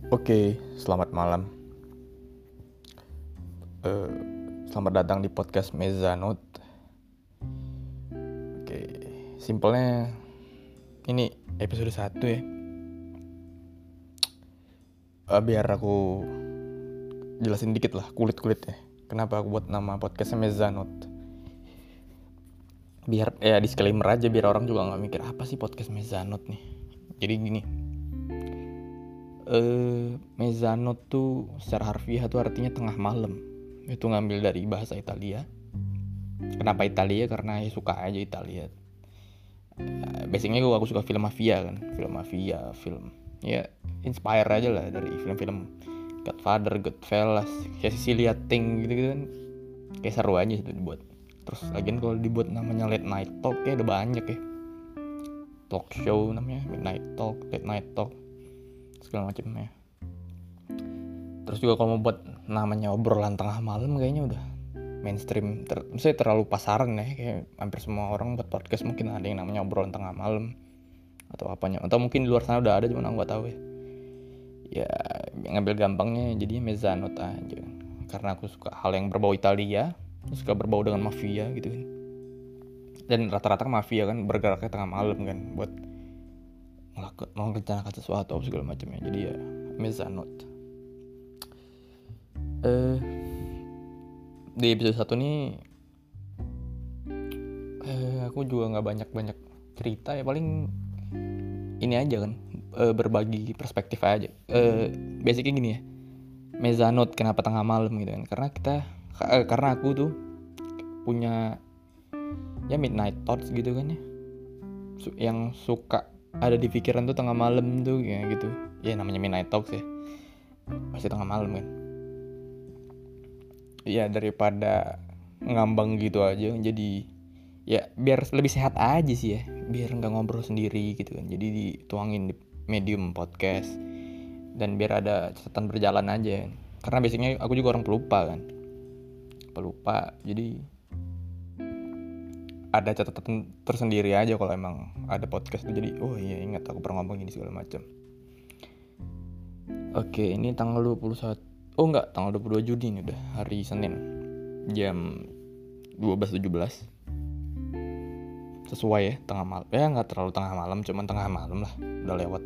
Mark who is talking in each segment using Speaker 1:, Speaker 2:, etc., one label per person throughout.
Speaker 1: Oke, selamat malam. Selamat datang di podcast Mezanot. Oke, simpelnya ini episode 1 ya. Biar aku jelasin dikit lah, kulit-kulit ya. Kenapa aku buat nama podcastnya Mezanot. Biar disclaimer aja, biar orang juga gak mikir apa sih podcast Mezanot nih. Jadi gini, Mezzanot tuh secara harfiah tuh artinya tengah malam. Itu ngambil dari bahasa Italia. Kenapa Italia? Karena ya suka aja Italia. Basicnya aku suka film mafia kan, film ya inspire aja lah dari film-film Godfather, Goodfellas, kayak Cecilia Ting gitu kan, kayak seru aja itu dibuat. Terus lagian kalau dibuat namanya late night talk kayak udah banyak ya, talk show namanya midnight talk, late night talk, segala macamnya. Terus juga kalau mau buat namanya obrolan tengah malam kayaknya udah mainstream, misalnya terlalu pasaran ya, kayak hampir semua orang buat podcast mungkin ada yang namanya obrolan tengah malam atau apanya, atau mungkin di luar sana udah ada cuma aku nggak tahu ya ngambil gampangnya jadinya Mezzanot aja karena aku suka hal yang berbau Italia, suka berbau dengan mafia gitu kan, dan rata-rata mafia kan bergeraknya tengah malam kan buat merencanakan sesuatu segala macamnya, jadi ya Mezzanot. Di episode 1 nih aku juga nggak banyak cerita ya, paling ini aja kan, berbagi perspektif aja. Basicnya gini ya, Mezzanot kenapa tengah malam gitu kan, karena aku tuh punya ya midnight thoughts gitu kan ya, yang suka ada di pikiran tuh tengah malam tuh kayak gitu ya, namanya midnight thoughts ya pasti tengah malam kan ya, daripada ngambang gitu aja jadi ya biar lebih sehat aja sih ya, biar nggak ngobrol sendiri gitu kan, jadi dituangin di medium podcast dan biar ada catatan berjalan aja, karena basicnya aku juga orang pelupa jadi ada catatan tersendiri aja kalau emang ada podcast tuh, jadi oh iya ingat aku pernah ngomong ini segala macam. Oke, ini tanggal 21, tanggal 22 Juni ini udah hari Senin jam 12.17, sesuai ya, tengah malam ya, nggak terlalu tengah malam, cuman tengah malam lah, udah lewat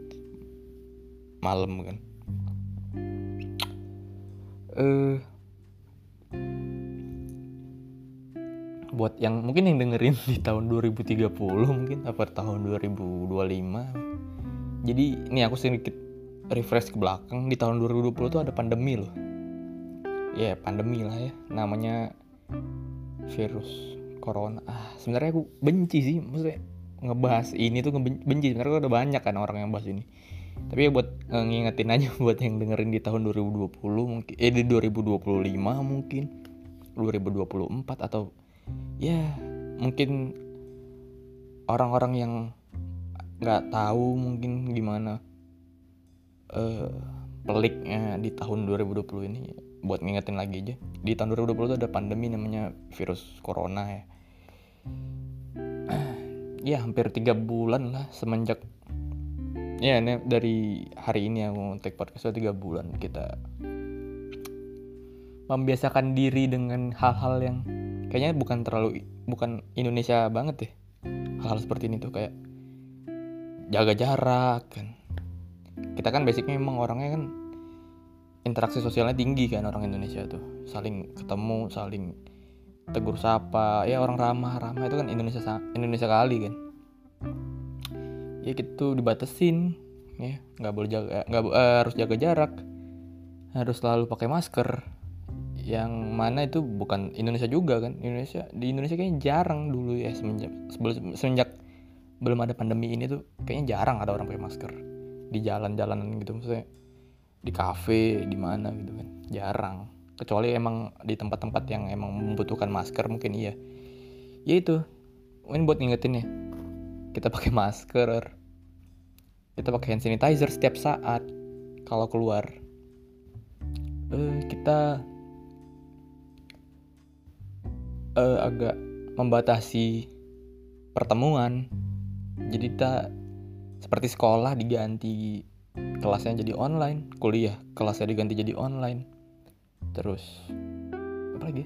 Speaker 1: malam kan. Buat yang mungkin yang dengerin di tahun 2030 mungkin apa tahun 2025, jadi ini aku sedikit refresh ke belakang. Di tahun 2020 tuh ada pandemi loh ya, pandemi lah ya, namanya virus corona. Sebenarnya aku benci sih, maksudnya ngebahas ini tuh benci sebenarnya, udah banyak kan orang yang bahas ini, tapi ya buat ngingetin aja buat yang dengerin di tahun 2020 mungkin di 2025 mungkin 2024, atau ya mungkin orang-orang yang nggak tahu mungkin gimana peliknya di tahun 2020 ini, buat ngingetin lagi aja, di tahun 2020 tuh ada pandemi namanya virus corona ya. Ya hampir 3 bulan lah semenjak ya ini, dari hari ini aku take podcast 3 bulan kita membiasakan diri dengan hal-hal yang kayaknya bukan Indonesia banget ya, hal-hal seperti ini tuh, kayak jaga jarak kan. Kita kan basicnya memang orangnya kan interaksi sosialnya tinggi kan, orang Indonesia tuh saling ketemu, saling tegur sapa ya, orang ramah itu kan Indonesia kali kan ya, gitu dibatasin ya, harus jaga jarak, harus selalu pakai masker, yang mana itu bukan Indonesia juga kan. Di Indonesia kayaknya jarang dulu ya, semenjak belum ada pandemi ini tuh kayaknya jarang ada orang pakai masker di jalan-jalanan gitu, maksudnya di kafe di mana gitu kan, jarang, kecuali emang di tempat-tempat yang emang membutuhkan masker mungkin iya. Ya itu, ini buat ngingetin ya, kita pakai masker, kita pakai hand sanitizer setiap saat kalau keluar. Kita agak membatasi pertemuan, jadi kita seperti sekolah diganti kelasnya jadi online, kuliah kelasnya diganti jadi online. Terus apa lagi?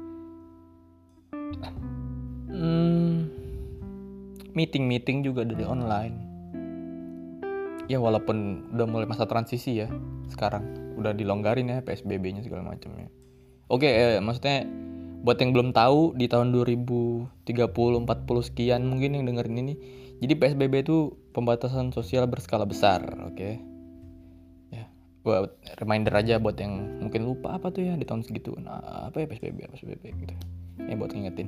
Speaker 1: Meeting juga dari online. Ya walaupun udah mulai masa transisi ya, sekarang udah dilonggarin ya PSBB-nya segala macamnya. Oke, maksudnya buat yang belum tahu, di tahun 2030 40 sekian mungkin yang dengerin ini, jadi PSBB itu pembatasan sosial berskala besar, oke. Ya, buat reminder aja buat yang mungkin lupa apa tuh ya di tahun segitu. Nah, apa ya PSBB gitu. Ya buat ngingetin.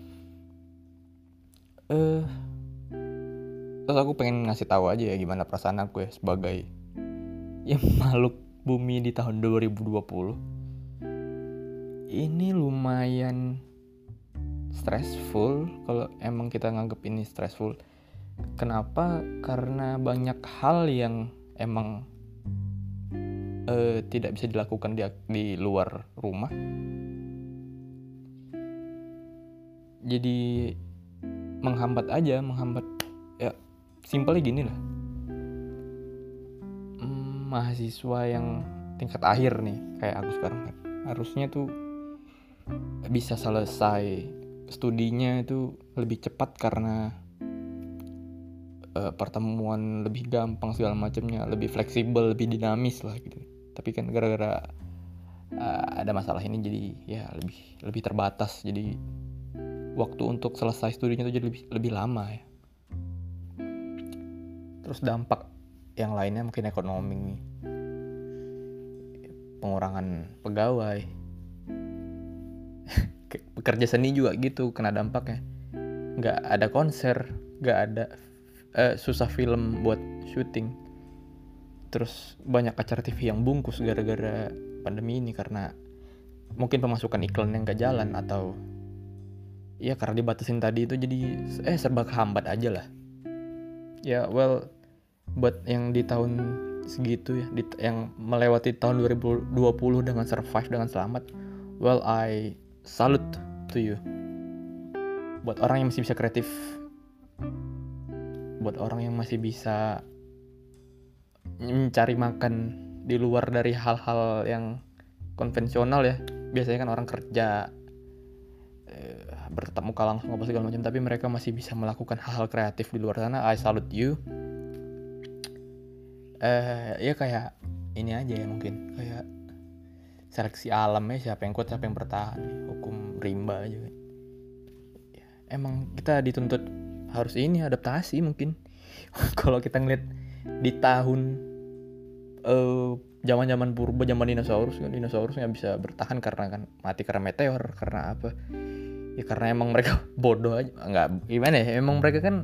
Speaker 1: Terus aku pengen ngasih tahu aja ya gimana perasaan aku ya sebagai yang makhluk bumi di tahun 2020. Ini lumayan stressful kalau emang kita nganggep ini stressful. Kenapa? Karena banyak hal yang emang tidak bisa dilakukan di luar rumah. Jadi menghambat ya, simpelnya gini lah. Mahasiswa yang tingkat akhir nih kayak aku sekarang kan, harusnya tuh bisa selesai studinya itu lebih cepat karena pertemuan lebih gampang segala macamnya, lebih fleksibel, lebih dinamis lah gitu. Tapi kan gara-gara ada masalah ini jadi ya lebih terbatas, jadi waktu untuk selesai studinya itu jadi lebih lama ya. Terus dampak yang lainnya mungkin ekonomi nih, pengurangan pegawai, pekerja seni juga gitu kena dampaknya. Nggak ada konser, nggak ada susah film buat syuting. Terus banyak acara TV yang bungkus gara-gara pandemi ini karena mungkin pemasukan iklan yang nggak jalan, atau ya karena dibatasin tadi itu jadi serba kehambat aja lah. Ya well, buat yang di tahun segitu ya, yang melewati tahun 2020 dengan survive dengan selamat, well I salute to you. Buat orang yang masih bisa kreatif, buat orang yang masih bisa mencari makan di luar dari hal-hal yang konvensional ya. Biasanya kan orang kerja bertatap muka langsung apa segala macam, tapi mereka masih bisa melakukan hal-hal kreatif di luar sana. I salute you. Ya kayak ini aja ya, mungkin kayak seleksi alam ya, siapa yang kuat siapa yang bertahan, hukum rimba aja kan. Ya, emang kita dituntut harus ini adaptasi mungkin. Kalau kita ngeliat di tahun zaman purba, zaman dinosaurus nggak bisa bertahan karena kan mati karena meteor, karena apa ya, karena emang mereka bodoh aja, nggak gimana ya, emang mereka kan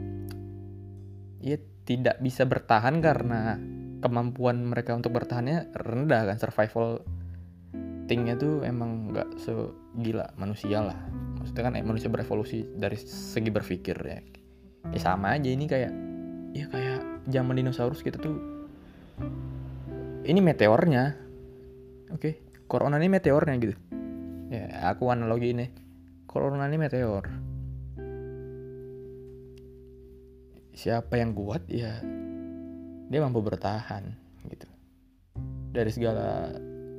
Speaker 1: ya tidak bisa bertahan karena kemampuan mereka untuk bertahannya rendah kan, survival thing-nya tuh emang nggak segila manusia lah. Maksudnya kan manusia berevolusi dari segi berpikir ya sama aja ini kayak zaman dinosaurus kita tuh, ini meteornya, oke. Corona ini meteornya gitu ya, aku analogi ini, corona ini meteor. Siapa yang kuat ya dia mampu bertahan gitu dari segala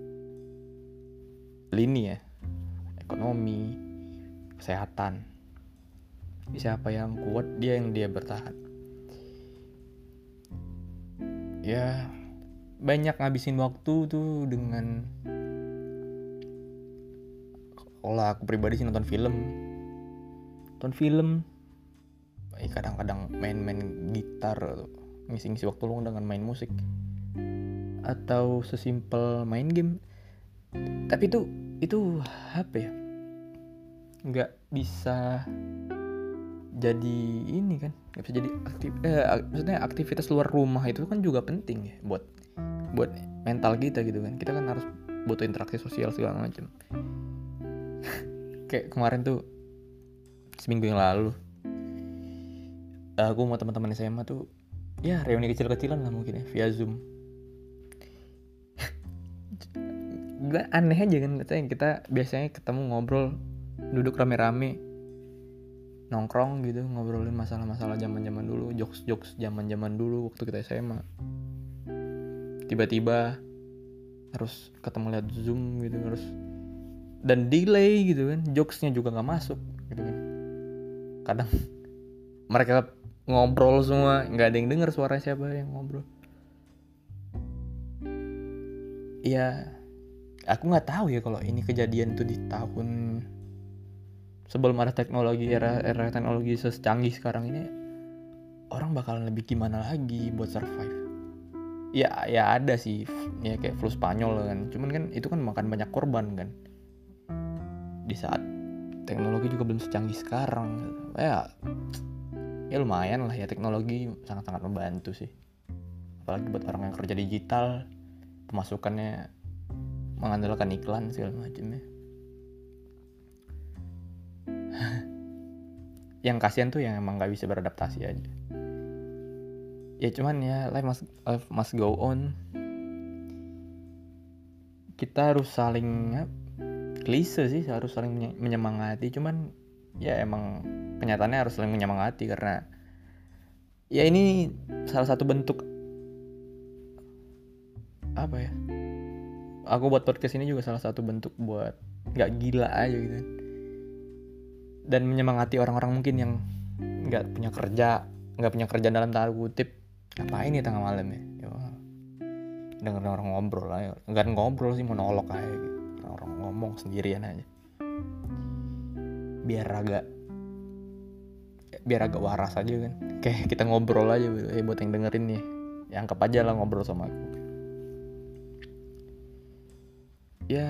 Speaker 1: lini ya, ekonomi, kesehatan. Siapa yang kuat dia bertahan. Ya banyak ngabisin waktu tuh dengan, kalau aku pribadi sih nonton film, kadang-kadang main gitar, ngisi waktu luang dengan main musik, atau sesimpel main game. Tapi itu apa ya, nggak bisa jadi ini kan, nggak bisa jadi maksudnya aktivitas luar rumah itu kan juga penting ya buat mental kita gitu kan. Kita kan harus butuh interaksi sosial segala macam. Kayak kemarin tuh, seminggu yang lalu, aku sama teman-teman SMA tuh ya reuni kecil-kecilan lah mungkin ya via Zoom. Gak aneh aja kan, kita biasanya ketemu ngobrol, duduk rame-rame, nongkrong gitu, ngobrolin masalah-masalah zaman-zaman dulu, jokes zaman-zaman dulu waktu kita SMA. tiba-tiba harus ketemu lihat Zoom gitu, harus dan delay gitu kan, jokesnya juga nggak masuk gitu kan. Kadang mereka ngobrol semua nggak ada yang dengar suara siapa yang ngobrol. Ya aku nggak tahu ya kalau ini kejadian tuh di tahun sebelum ada teknologi, era teknologi secanggih sekarang ini, orang bakalan lebih gimana lagi buat survive. Ya ada sih ya kayak flu Spanyol kan, cuman kan itu kan makan banyak korban kan di saat teknologi juga belum secanggih sekarang gitu. Ya lumayan lah ya, teknologi sangat-sangat membantu sih, apalagi buat orang yang kerja digital, pemasukannya mengandalkan iklan segala macamnya. Yang kasihan tuh yang emang nggak bisa beradaptasi aja. Ya cuman ya life must go on. Kita harus saling klise sih, harus saling menyemangati. Cuman ya emang kenyataannya harus saling menyemangati, karena ya ini salah satu bentuk apa ya, aku buat podcast ini juga salah satu bentuk buat nggak gila aja gitu, dan menyemangati orang-orang mungkin yang nggak punya kerja dalam tanda kutip. Ngapain nih tengah malam ya? Dengerin orang ngobrol aja. Enggak ngobrol sih, monolog aja gitu. Orang ngomong sendirian aja. Biar agak waras aja kan. Kayak kita ngobrol aja gitu. Buat yang dengerin nih, ya anggap aja lah ngobrol sama aku. Ya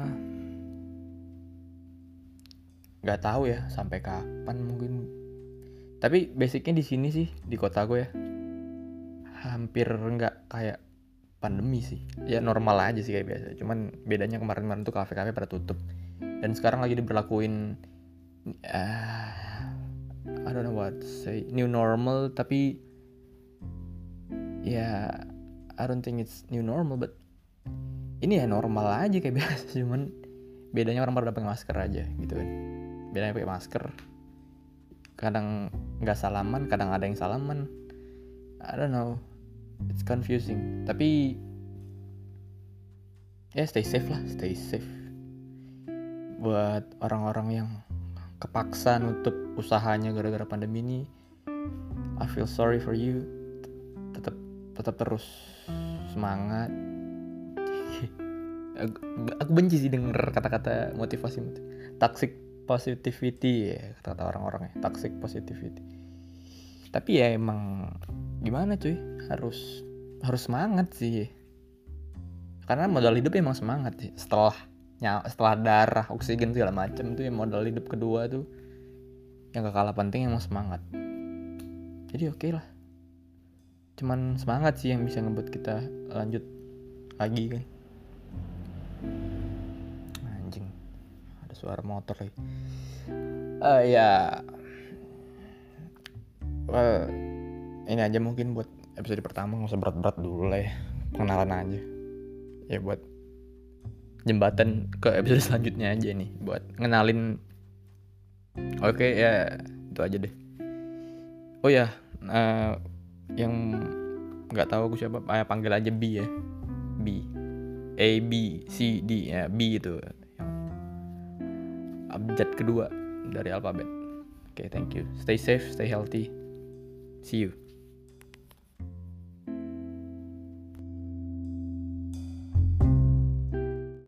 Speaker 1: nggak tahu ya sampai kapan mungkin. Tapi basicnya di sini sih, di kota gue ya, hampir nggak kayak pandemi sih, ya normal aja sih kayak biasa. Cuman bedanya kemarin tuh kafe-kafe pada tutup, dan sekarang lagi diberlakuin I don't know what to say, new normal. Tapi ya I don't think it's new normal, but ini ya normal aja kayak biasa. Cuman bedanya orang pada pakai masker aja gitu kan. Bedanya pakai masker, kadang nggak salaman, kadang ada yang salaman. I don't know, it's confusing. Tapi ya stay safe lah, stay safe. Buat orang-orang yang kepaksa nutup usahanya gara-gara pandemi ini, I feel sorry for you. Tetap terus semangat. Aku benci sih denger kata-kata motivasi toxic positivity ya, kata-kata orang-orang ya, toxic positivity. Tapi ya emang gimana cuy, harus semangat sih, karena modal hidup emang semangat sih. Setelah darah, oksigen segala macam tuh, yang modal hidup kedua tuh yang gak kalah penting emang semangat. Jadi oke lah, cuman semangat sih yang bisa ngebuat kita lanjut lagi kan. Anjing, ada suara motor lagi. Ini aja mungkin buat episode pertama, nggak usah berat-berat dulu lah ya, pengenalan aja ya, buat jembatan ke episode selanjutnya aja nih, buat ngenalin. Oke ya, itu aja deh. Oh ya, yang nggak tahu aku siapa, panggil aja B ya, B, A B C D ya, B itu yang abjad kedua dari alfabet. Oke, thank you, stay safe, stay healthy, see you.